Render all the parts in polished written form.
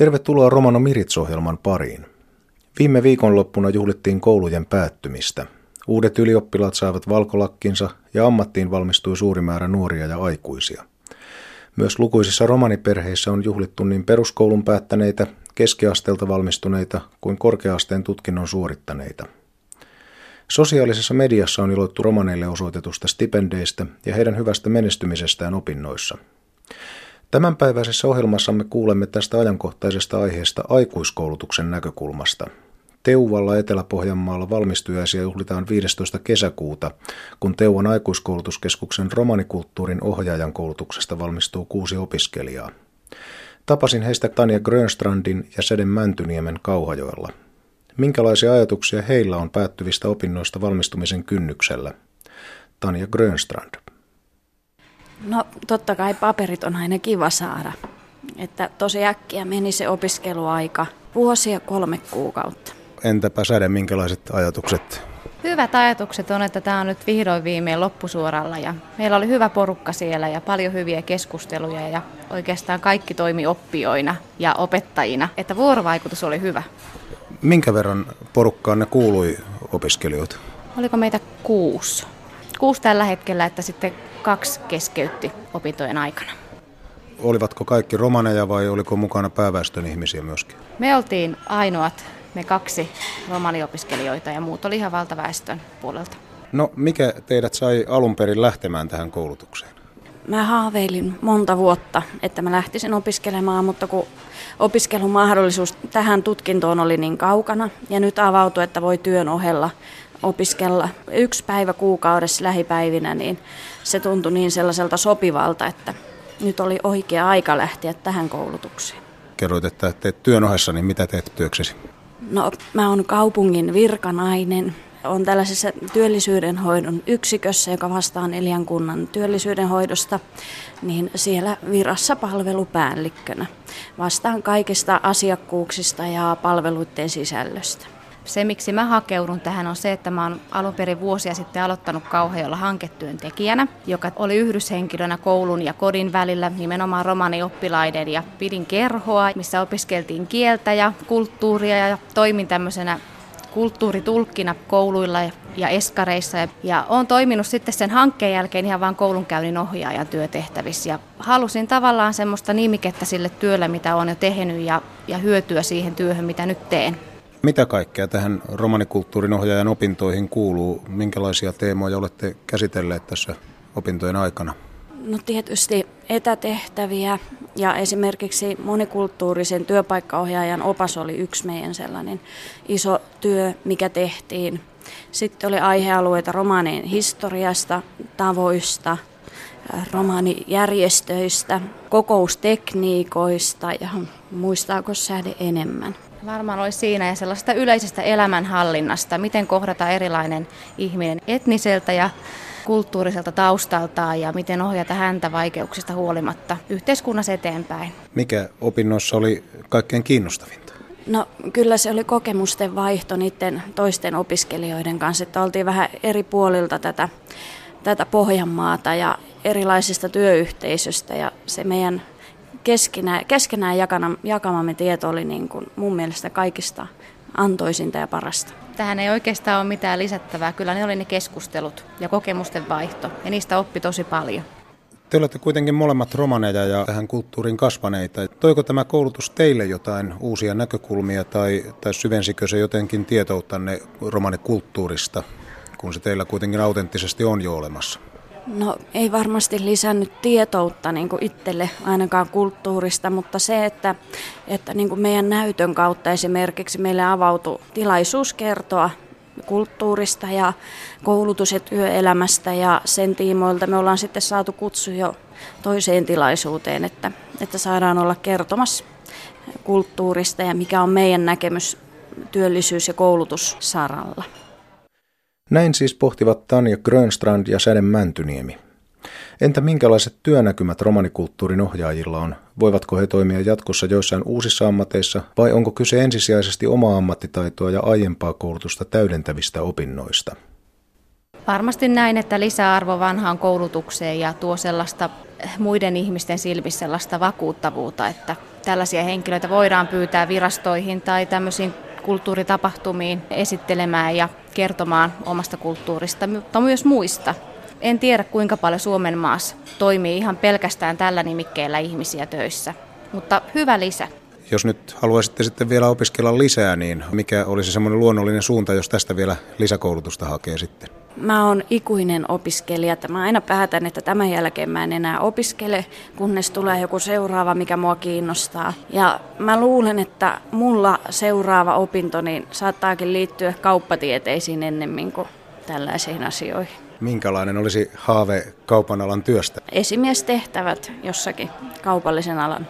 Tervetuloa Romano Mirits-ohjelman pariin. Viime viikonloppuna juhlittiin koulujen päättymistä. Uudet ylioppilaat saivat valkolakkinsa ja ammattiin valmistui suuri määrä nuoria ja aikuisia. Myös lukuisissa romaniperheissä on juhlittu niin peruskoulun päättäneitä, keskiasteelta valmistuneita kuin korkea-asteen tutkinnon suorittaneita. Sosiaalisessa mediassa on iloittu romaneille osoitetusta stipendeistä ja heidän hyvästä menestymisestään opinnoissa. Tämänpäiväisessä ohjelmassamme kuulemme tästä ajankohtaisesta aiheesta aikuiskoulutuksen näkökulmasta. Teuvalla Etelä-Pohjanmaalla valmistujaisia juhlitaan 15. kesäkuuta, kun Teuvan aikuiskoulutuskeskuksen romanikulttuurin ohjaajan koulutuksesta valmistuu 6 opiskelijaa. Tapasin heistä Tanja Grönstrandin ja Säden Mäntyniemen Kauhajoella. Minkälaisia ajatuksia heillä on päättyvistä opinnoista valmistumisen kynnyksellä? Tanja Grönstrand. No totta kai paperit on aina kiva saada. Että tosi äkkiä meni se opiskeluaika, vuosia 3 kuukautta. Entäpä Säde, minkälaiset ajatukset? Hyvät ajatukset on, että tämä on nyt vihdoin viimein loppusuoralla ja meillä oli hyvä porukka siellä ja paljon hyviä keskusteluja ja oikeastaan kaikki toimi oppijoina ja opettajina, että vuorovaikutus oli hyvä. Minkä verran porukkaanne kuului opiskelijoita? Oliko meitä 6? 6 tällä hetkellä, että sitten 2 keskeytti opintojen aikana. Olivatko kaikki romaneja vai oliko mukana pääväestön ihmisiä myöskin? Me oltiin ainoat, me 2 romaniopiskelijoita ja muut oli ihan valtaväestön puolelta. No mikä teidät sai alun perin lähtemään tähän koulutukseen? Mä haaveilin monta vuotta, että mä lähtisin opiskelemaan, mutta kun opiskelumahdollisuus tähän tutkintoon oli niin kaukana ja nyt avautui, että voi työn ohella opiskella 1 päivä kuukaudessa lähipäivinä, niin se tuntui niin sellaiselta sopivalta, että nyt oli oikea aika lähteä tähän koulutukseen. Kerroit, että teet työn ohessa, niin mitä teet työksesi? No, mä oon kaupungin virkanainen. Olen tällaisessa työllisyydenhoidon yksikössä, joka vastaa 4 kunnan työllisyydenhoidosta, niin siellä virassa palvelupäällikkönä. Vastaan kaikista asiakkuuksista ja palveluiden sisällöstä. Se, miksi mä hakeudun tähän, on se, että mä oon alun perin vuosia sitten aloittanut Kauhajoella hanketyöntekijänä, joka oli yhdyshenkilönä koulun ja kodin välillä, nimenomaan romanioppilaiden, ja pidin kerhoa, missä opiskeltiin kieltä ja kulttuuria ja toimin tämmöisenä kulttuuritulkkina kouluilla ja eskareissa. Ja olen toiminut sitten sen hankkeen jälkeen ihan vain koulunkäynnin ohjaajan työtehtävissä. Ja halusin tavallaan semmoista nimikettä sille työlle, mitä olen jo tehnyt ja hyötyä siihen työhön, mitä nyt teen. Mitä kaikkea tähän romanikulttuurin ohjaajan opintoihin kuuluu? Minkälaisia teemoja olette käsitelleet tässä opintojen aikana? No tietysti etätehtäviä ja esimerkiksi monikulttuurisen työpaikkaohjaajan opas oli yksi meidän sellainen iso työ, mikä tehtiin. Sitten oli aihealueita romanien historiasta, tavoista, romanijärjestöistä, kokoustekniikoista ja muistaako Säde enemmän? Varmaan olisi siinä ja sellaista yleisestä elämänhallinnasta, miten kohdata erilainen ihminen etniseltä ja kulttuuriselta taustaltaan ja miten ohjata häntä vaikeuksista huolimatta yhteiskunnassa eteenpäin. Mikä opinnoissa oli kaikkein kiinnostavinta? No kyllä se oli kokemusten vaihto niiden toisten opiskelijoiden kanssa, että oltiin vähän eri puolilta tätä Pohjanmaata ja erilaisista työyhteisöstä ja se meidän keskenään jakamamme tieto oli niin kuin mun mielestä kaikista antoisinta ja parasta. Tähän ei oikeastaan ole mitään lisättävää. Kyllä ne oli ne keskustelut ja kokemusten vaihto ja niistä oppi tosi paljon. Te olette kuitenkin molemmat romaneja ja tähän kulttuuriin kasvaneita. Toiko tämä koulutus teille jotain uusia näkökulmia tai syvensikö se jotenkin tietouttanne romanikulttuurista, kun se teillä kuitenkin autenttisesti on jo olemassa? No ei varmasti lisännyt tietoutta niin kuin itselle ainakaan kulttuurista, mutta se, että niin kuin meidän näytön kautta esimerkiksi meille avautui tilaisuus kertoa kulttuurista ja koulutus- ja työelämästä ja sen tiimoilta me ollaan sitten saatu kutsu jo toiseen tilaisuuteen, että saadaan olla kertomassa kulttuurista ja mikä on meidän näkemys työllisyys- ja koulutussaralla. Näin siis pohtivat Tanja Grönstrand ja Säde Mäntyniemi. Entä minkälaiset työnäkymät romanikulttuurin ohjaajilla on? Voivatko he toimia jatkossa joissain uusissa ammateissa vai onko kyse ensisijaisesti omaa ammattitaitoa ja aiempaa koulutusta täydentävistä opinnoista? Varmasti näin, että lisäarvo vanhaan koulutukseen ja tuo sellaista muiden ihmisten silmissä sellaista vakuuttavuutta, että tällaisia henkilöitä voidaan pyytää virastoihin tai tämmöisiin kulttuuritapahtumiin esittelemään ja kertomaan omasta kulttuurista, mutta myös muista. En tiedä, kuinka paljon Suomen maassa toimii ihan pelkästään tällä nimikkeellä ihmisiä töissä, mutta hyvä lisä. Jos nyt haluaisitte sitten vielä opiskella lisää, niin mikä olisi semmoinen luonnollinen suunta, jos tästä vielä lisäkoulutusta hakee sitten? Mä oon ikuinen opiskelija. Mä aina päätän, että tämän jälkeen mä en enää opiskele, kunnes tulee joku seuraava, mikä mua kiinnostaa. Ja mä luulen, että mulla seuraava opinto niin saattaakin liittyä kauppatieteisiin ennemmin kuin tällaisiin asioihin. Minkälainen olisi haave kaupan alan työstä? Esimiestehtävät jossakin kaupallisen alan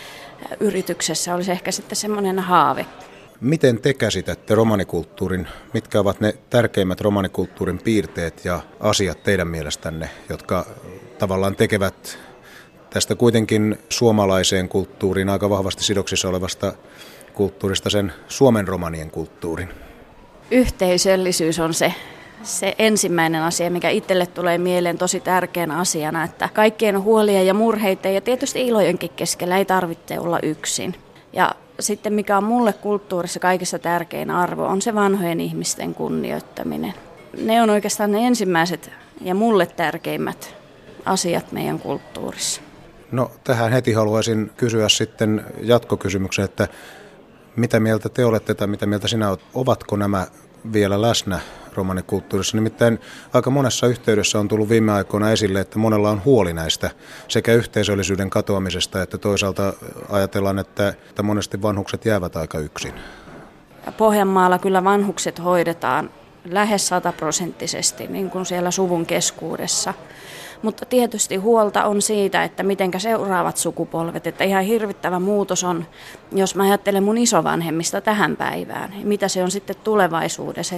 yrityksessä olisi ehkä sitten semmoinen haave. Miten te käsitätte romanikulttuurin? Mitkä ovat ne tärkeimmät romanikulttuurin piirteet ja asiat teidän mielestänne, jotka tavallaan tekevät tästä kuitenkin suomalaiseen kulttuuriin aika vahvasti sidoksissa olevasta kulttuurista sen Suomen romanien kulttuurin? Yhteisöllisyys on se ensimmäinen asia, mikä itselle tulee mieleen tosi tärkeänä asiana, että kaikkien huolien ja murheiden ja tietysti ilojenkin keskellä ei tarvitse olla yksin. Ja sitten mikä on mulle kulttuurissa kaikista tärkein arvo, on se vanhojen ihmisten kunnioittaminen. Ne on oikeastaan ne ensimmäiset ja mulle tärkeimmät asiat meidän kulttuurissa. No tähän heti haluaisin kysyä sitten jatkokysymyksen, että mitä mieltä te olette tai mitä mieltä sinä olet? Ovatko nämä vielä läsnä romanikulttuurissa? Nimittäin aika monessa yhteydessä on tullut viime aikoina esille, että monella on huoli näistä sekä yhteisöllisyyden katoamisesta, että toisaalta ajatellaan, että monesti vanhukset jäävät aika yksin. Pohjanmaalla kyllä vanhukset hoidetaan lähes 100%, niin kuin siellä suvun keskuudessa. Mutta tietysti huolta on siitä, että mitenkä seuraavat sukupolvet, että ihan hirvittävä muutos on, jos mä ajattelen mun isovanhemmista tähän päivään, mitä se on sitten tulevaisuudessa,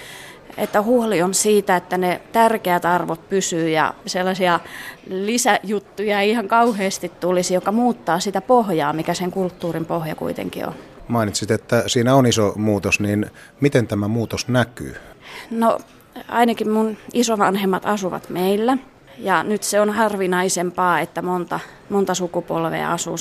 että huoli on siitä, että ne tärkeät arvot pysyy ja sellaisia lisäjuttuja ei ihan kauheasti tulisi, joka muuttaa sitä pohjaa, mikä sen kulttuurin pohja kuitenkin on. Mainitsit, että siinä on iso muutos, niin miten tämä muutos näkyy? No ainakin mun isovanhemmat asuvat meillä. Ja nyt se on harvinaisempaa, että monta sukupolvea asuu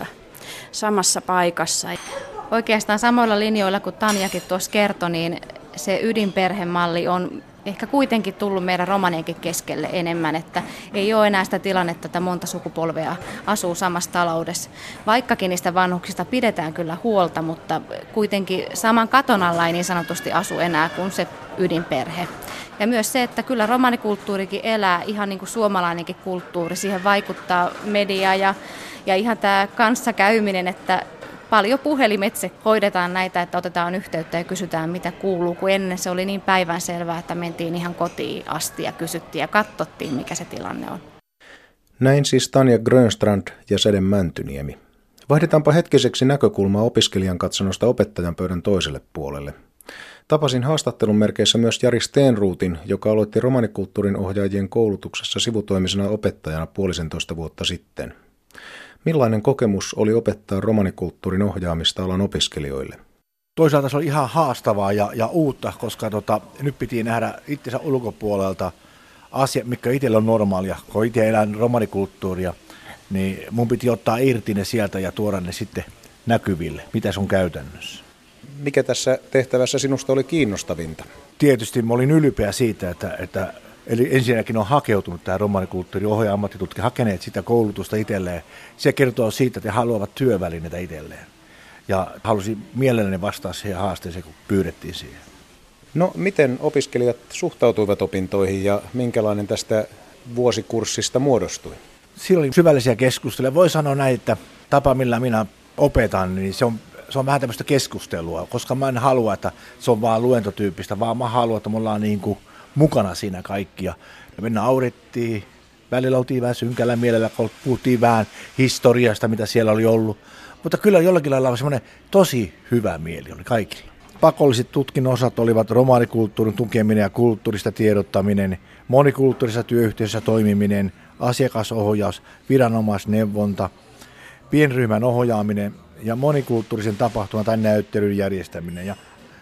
samassa paikassa. Oikeastaan samoilla linjoilla kuin Tanjakin tuossa kertoi, niin se ydinperhemalli on ehkä kuitenkin tullut meidän romanienkin keskelle enemmän, että ei ole enää sitä tilannetta, että monta sukupolvea asuu samassa taloudessa. Vaikkakin niistä vanhuksista pidetään kyllä huolta, mutta kuitenkin saman katon alla ei niin sanotusti asu enää kuin se ydinperhe. Ja myös se, että kyllä romanikulttuurikin elää ihan niin kuin suomalainenkin kulttuuri. Siihen vaikuttaa media ja ihan tämä kanssakäyminen, että paljon puhelimitse hoidetaan näitä, että otetaan yhteyttä ja kysytään mitä kuuluu, kun ennen se oli niin päivänselvää, että mentiin ihan kotiin asti ja kysyttiin ja katsottiin mikä se tilanne on. Näin siis Tanja Grönstrand ja Sede Mäntyniemi. Vaihdetaanpa hetkiseksi näkökulmaa opiskelijan katsannosta opettajan pöydän toiselle puolelle. Tapasin haastattelun merkeissä myös Jari Stenruutin, joka aloitti romanikulttuurin ohjaajien koulutuksessa sivutoimisena opettajana 1,5 vuotta sitten. Millainen kokemus oli opettaa romanikulttuurin ohjaamista alan opiskelijoille? Toisaalta se oli ihan haastavaa ja uutta, koska nyt piti nähdä itsensä ulkopuolelta asiat, mikä itsellä on normaalia. Kun itse elän romanikulttuuria, niin mun piti ottaa irti ne sieltä ja tuoda ne sitten näkyville. Mitä se on käytännössä? Mikä tässä tehtävässä sinusta oli kiinnostavinta? Tietysti mä olin ylpeä siitä, että eli ensinnäkin on hakeutunut tähän romanikulttuurin ohjaaja ammattitutki, hakeneet sitä koulutusta itselleen. Se kertoo siitä, että he haluavat työvälineitä itselleen. Ja halusin mielelläni vastaa siihen haasteeseen, kun pyydettiin siihen. No, miten opiskelijat suhtautuivat opintoihin ja minkälainen tästä vuosikurssista muodostui? Siinä oli syvällisiä keskusteluja. Voi sanoa näin, että tapa millä minä opetan, niin se on vähän tämmöistä keskustelua, koska mä en halua, että se on vaan luentotyyppistä, vaan mä haluan, että me ollaan niin kuin mukana siinä kaikkia. Me naurettiin, välillä oltiin vähän synkällä mielellä, kun puhuttiin vähän historiasta, mitä siellä oli ollut. Mutta kyllä jollakin lailla on semmoinen tosi hyvä mieli oli kaikilla. Pakolliset tutkinnon osat olivat romaanikulttuurin tukeminen ja kulttuurista tiedottaminen, monikulttuurisessa työyhteisössä toimiminen, asiakasohjaus, viranomaisneuvonta, pienryhmän ohjaaminen ja monikulttuurisen tapahtuman tai näyttelyn järjestäminen. Ja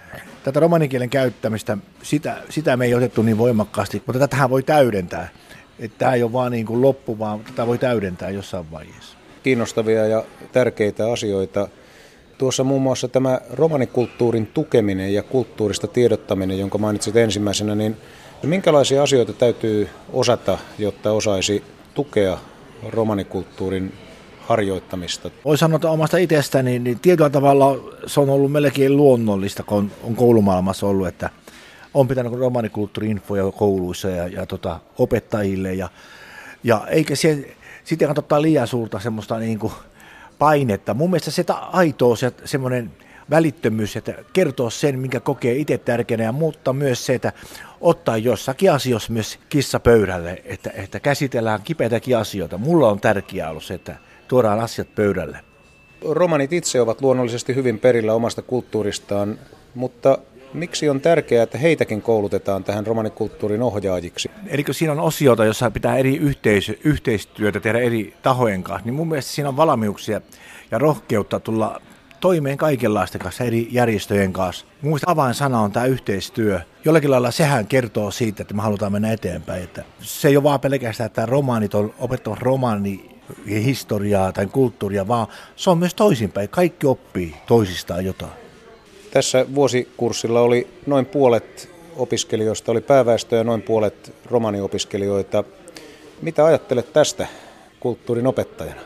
tätä romanikielen käyttämistä, sitä me ei otettu niin voimakkaasti, mutta tätähän voi täydentää. Että tämä ei ole vaan niin kuin loppu, vaan tätä voi täydentää jossain vaiheessa. Kiinnostavia ja tärkeitä asioita. Tuossa muun muassa tämä romanikulttuurin tukeminen ja kulttuurista tiedottaminen, jonka mainitsit ensimmäisenä, niin minkälaisia asioita täytyy osata, jotta osaisi tukea romanikulttuurin harjoittamista? Voi sanoa, että omasta itsestäni, niin tietyllä tavalla se on ollut melkein luonnollista, kun on koulumaailmassa ollut, että on pitänyt romanikulttuuri-infoja kouluissa ja opettajille, ja eikä sitten kannata liian suurta semmoista niin kuin painetta. Mun mielestä se aitous ja semmoinen välittömyys, että kertoo sen, minkä kokee itse tärkeänä, mutta myös se, että ottaa jossakin asioissa myös kissa pöydälle, että käsitellään kipeitäkin asioita. Mulla on tärkeää ollut se, että tuodaan asiat pöydälle. Romanit itse ovat luonnollisesti hyvin perillä omasta kulttuuristaan, mutta miksi on tärkeää, että heitäkin koulutetaan tähän romanikulttuurin ohjaajiksi? Eli kun siinä on osiota, jossa pitää eri yhteistyötä tehdä eri tahojen kanssa, niin mun mielestä siinä on valmiuksia ja rohkeutta tulla toimeen kaikenlaisten kanssa, eri järjestöjen kanssa. Mun mielestä avainsana on tämä yhteistyö. Jollakin lailla sehän kertoo siitä, että me halutaan mennä eteenpäin. Että se ei ole vaan pelkästään, että romaanit on opettavat historiaa tai kulttuuria, vaan se on myös toisinpäin. Kaikki oppii toisistaan jotain. Tässä vuosikurssilla oli noin puolet opiskelijoista, oli pääväestö ja noin puolet romaniopiskelijoita. Mitä ajattelet tästä kulttuurin opettajana?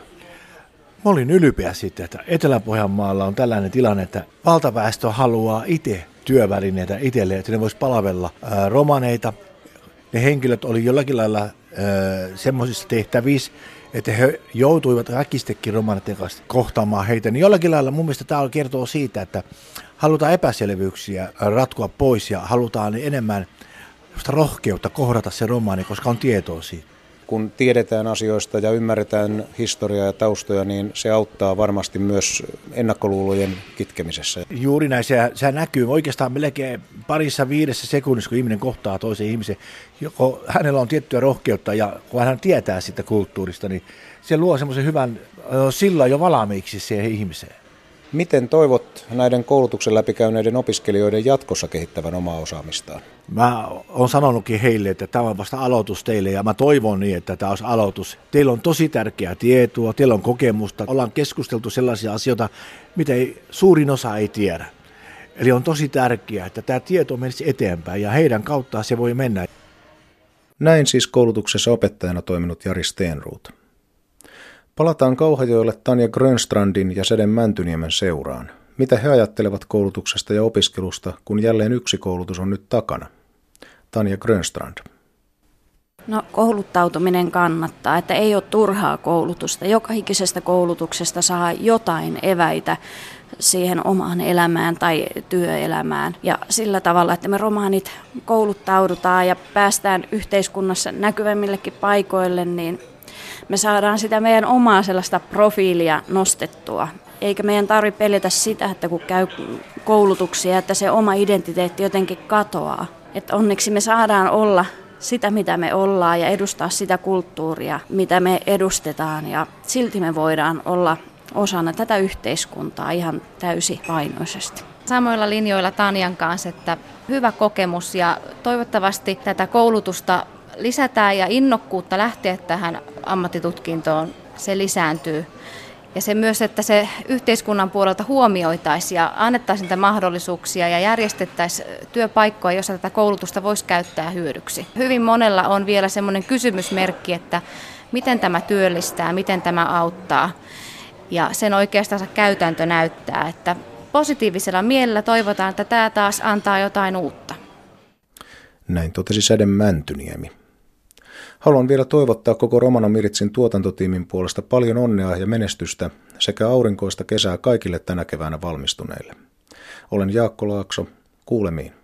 Mä olin ylpeä siitä, että Etelä-Pohjanmaalla on tällainen tilanne, että valtaväestö haluaa itse työvälineitä itselleen, että ne vois palvella romaneita. Ne henkilöt oli jollakin lailla semmoisissa tehtävissä, että he joutuivat väkistekin romaneiden kanssa kohtaamaan heitä. Niin jollakin lailla mun mielestä tämä kertoo siitä, että halutaan epäselvyyksiä ratkoa pois ja halutaan enemmän rohkeutta kohdata se romaani, koska on tietoa siitä. Kun tiedetään asioista ja ymmärretään historiaa ja taustoja, niin se auttaa varmasti myös ennakkoluulojen kitkemisessä. Juuri näin, se näkyy oikeastaan melkein 2-5 sekunnissa, kun ihminen kohtaa toisen ihmisen. Joko hänellä on tiettyä rohkeutta ja kun hän tietää sitä kulttuurista, niin se luo semmoisen hyvän sillan jo valmiiksi siihen ihmiseen. Miten toivot näiden koulutuksen läpikäyneiden opiskelijoiden jatkossa kehittävän omaa osaamistaan? Mä oon sanonutkin heille, että tämä on vasta aloitus teille ja mä toivon niin, että tämä olisi aloitus. Teillä on tosi tärkeää tietoa, teillä on kokemusta, ollaan keskusteltu sellaisia asioita, mitä suurin osa ei tiedä. Eli on tosi tärkeää, että tämä tieto menisi eteenpäin ja heidän kauttaan se voi mennä. Näin siis koulutuksessa opettajana toiminut Jari Stenroth. Palataan Kauhajoelle Tanja Grönstrandin ja Seden Mäntyniemen seuraan. Mitä he ajattelevat koulutuksesta ja opiskelusta, kun jälleen yksi koulutus on nyt takana? Tanja Grönstrand. No, kouluttautuminen kannattaa, että ei ole turhaa koulutusta. Joka ikisestä koulutuksesta saa jotain eväitä siihen omaan elämään tai työelämään. Ja sillä tavalla, että me romaanit kouluttaudutaan ja päästään yhteiskunnassa näkyvämmillekin paikoille, niin me saadaan sitä meidän omaa sellaista profiilia nostettua. Eikä meidän tarvitse pelätä sitä, että kun käy koulutuksia, että se oma identiteetti jotenkin katoaa. Että onneksi me saadaan olla sitä, mitä me ollaan ja edustaa sitä kulttuuria, mitä me edustetaan. Ja silti me voidaan olla osana tätä yhteiskuntaa ihan täysipainoisesti. Samoilla linjoilla Tanjan kanssa, että hyvä kokemus ja toivottavasti tätä koulutusta lisätään ja innokkuutta lähteä tähän ammattitutkintoon, se lisääntyy. Ja se myös, että se yhteiskunnan puolelta huomioitaisiin ja annettaisiin niitä mahdollisuuksia ja järjestettäisiin työpaikkoja, joissa tätä koulutusta voisi käyttää hyödyksi. Hyvin monella on vielä semmoinen kysymysmerkki, että miten tämä työllistää, miten tämä auttaa. Ja sen oikeastaan käytäntö näyttää, että positiivisella mielellä toivotaan, että tämä taas antaa jotain uutta. Näin totesi Seden Mäntyniemi. Haluan vielä toivottaa koko Romano Miritsin tuotantotiimin puolesta paljon onnea ja menestystä sekä aurinkoista kesää kaikille tänä keväänä valmistuneille. Olen Jaakko Laakso, kuulemiin.